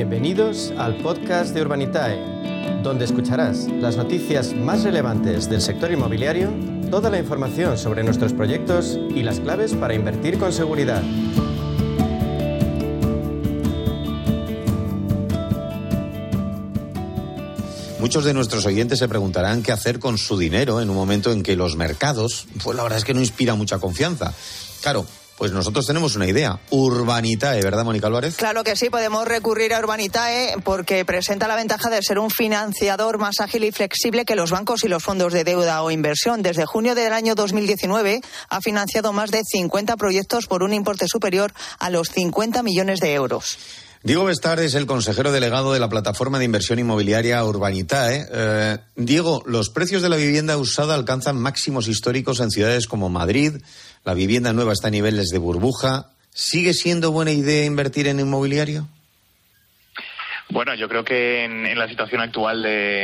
Bienvenidos al podcast de Urbanitae, donde escucharás las noticias más relevantes del sector inmobiliario, toda la información sobre nuestros proyectos y las claves para invertir con seguridad. Muchos de nuestros oyentes se preguntarán qué hacer con su dinero en un momento en que los mercados, pues la verdad es que no inspiran mucha confianza. Claro, pues nosotros tenemos una idea, Urbanitae, ¿verdad, Mónica Álvarez? Claro que sí, podemos recurrir a Urbanitae porque presenta la ventaja de ser un financiador más ágil y flexible que los bancos y los fondos de deuda o inversión. Desde junio del año 2019 ha financiado más de 50 proyectos por un importe superior a los 50 millones de euros. Diego Bestard es el consejero delegado de la plataforma de inversión inmobiliaria Urbanitae. Diego, los precios de la vivienda usada alcanzan máximos históricos en ciudades como Madrid. La vivienda nueva está a niveles de burbuja. ¿Sigue siendo buena idea invertir en inmobiliario? Bueno, yo creo que en la situación actual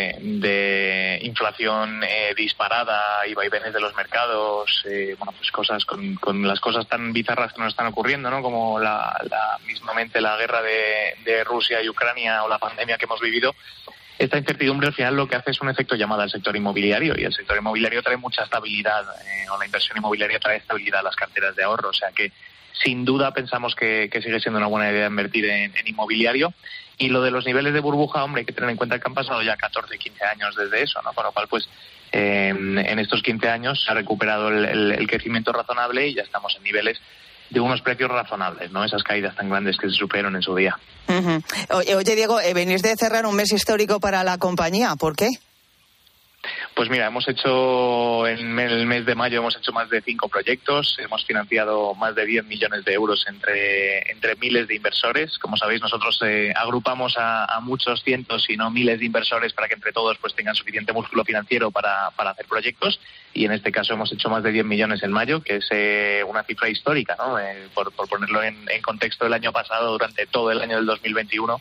de inflación disparada y vaivenes de los mercados, pues cosas con las cosas tan bizarras que nos están ocurriendo, ¿no? Como mismamente la guerra de Rusia y Ucrania o la pandemia que hemos vivido. Esta incertidumbre al final lo que hace es un efecto llamada al sector inmobiliario, y el sector inmobiliario trae mucha estabilidad, o la inversión inmobiliaria trae estabilidad a las carteras de ahorro, o sea que sin duda pensamos que sigue siendo una buena idea invertir en inmobiliario. Y lo de los niveles de burbuja, hombre, hay que tener en cuenta que han pasado ya 14, 15 años desde eso, ¿no? Con lo cual, pues, en estos 15 años se ha recuperado el crecimiento razonable y ya estamos en niveles de unos precios razonables, ¿no? Esas caídas tan grandes que se superaron en su día. Uh-huh. Oye, Diego, venís de cerrar un mes histórico para la compañía. ¿Por qué? Pues mira, hemos hecho en el mes de mayo más de 5 proyectos, hemos financiado más de 10 millones de euros entre miles de inversores. Como sabéis, nosotros agrupamos a muchos cientos, si no miles de inversores para que entre todos pues tengan suficiente músculo financiero para hacer proyectos, y en este caso hemos hecho más de 10 millones en mayo, que es una cifra histórica, ¿no? Por ponerlo en contexto, el año pasado, durante todo el año del 2021,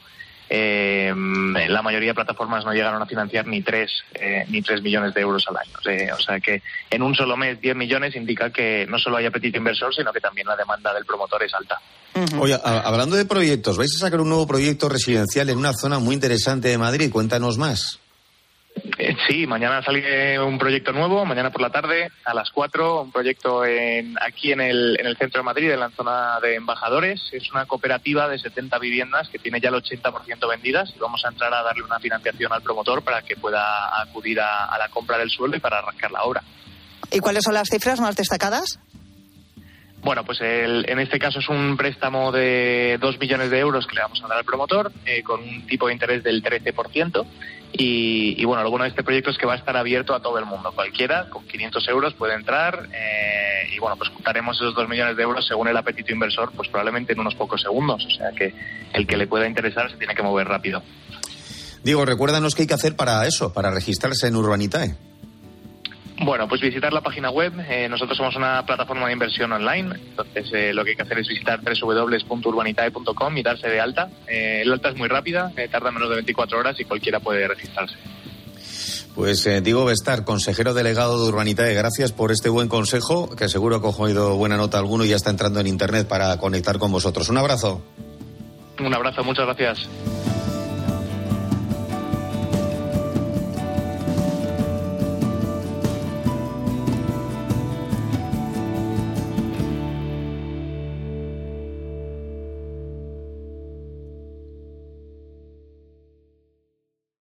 la mayoría de plataformas no llegaron a financiar ni 3 millones de euros al año. O sea que en un solo mes 10 millones indica que no solo hay apetito inversor, sino que también la demanda del promotor es alta. Uh-huh. Oye, hablando de proyectos, vais a sacar un nuevo proyecto residencial en una zona muy interesante de Madrid. Cuéntanos más. Sí, mañana sale un proyecto nuevo, mañana por la tarde a las 4, un proyecto aquí en el centro de Madrid, en la zona de Embajadores. Es una cooperativa de 70 viviendas que tiene ya el 80% vendidas, y vamos a entrar a darle una financiación al promotor para que pueda acudir a la compra del suelo y para arrancar la obra. ¿Y cuáles son las cifras más destacadas? Bueno, pues en este caso es un préstamo de 2 millones de euros que le vamos a dar al promotor, con un tipo de interés del 13%. Y bueno, lo bueno de este proyecto es que va a estar abierto a todo el mundo. Cualquiera con 500 euros puede entrar, y bueno, pues juntaremos esos 2 millones de euros según el apetito inversor, pues probablemente en unos pocos segundos. O sea que el que le pueda interesar se tiene que mover rápido. Diego, recuérdanos qué hay que hacer para eso, para registrarse en Urbanitae. Bueno, pues visitar la página web. Nosotros somos una plataforma de inversión online, entonces lo que hay que hacer es visitar www.urbanitae.com y darse de alta. El alta es muy rápida, tarda menos de 24 horas y cualquiera puede registrarse. Pues Diego Bestard, consejero delegado de Urbanitae, gracias por este buen consejo, que seguro ha cogido buena nota alguno y ya está entrando en internet para conectar con vosotros. Un abrazo. Un abrazo, muchas gracias.